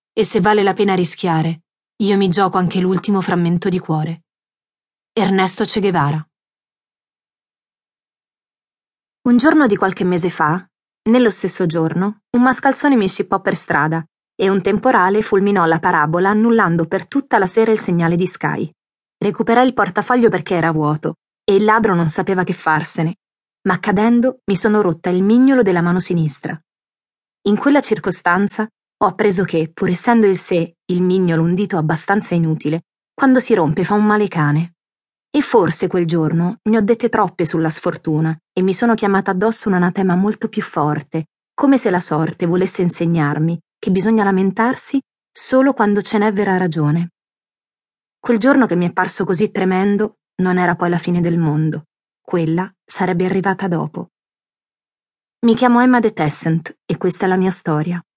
e se vale la pena rischiare, io mi gioco anche l'ultimo frammento di cuore. Ernesto Che Guevara. Un giorno di qualche mese fa, nello stesso giorno, un mascalzone mi scippò per strada e un temporale fulminò la parabola annullando per tutta la sera il segnale di Sky. Recuperai il portafoglio perché era vuoto e il ladro non sapeva che farsene, ma cadendo mi sono rotta il mignolo della mano sinistra. In quella circostanza ho appreso che, pur essendo il mignolo un dito abbastanza inutile, quando si rompe fa un male cane. E forse quel giorno ne ho dette troppe sulla sfortuna e mi sono chiamata addosso un anatema molto più forte, come se la sorte volesse insegnarmi che bisogna lamentarsi solo quando ce n'è vera ragione. Quel giorno che mi è parso così tremendo non era poi la fine del mondo. Quella sarebbe arrivata dopo. Mi chiamo Emma de Tessent e questa è la mia storia.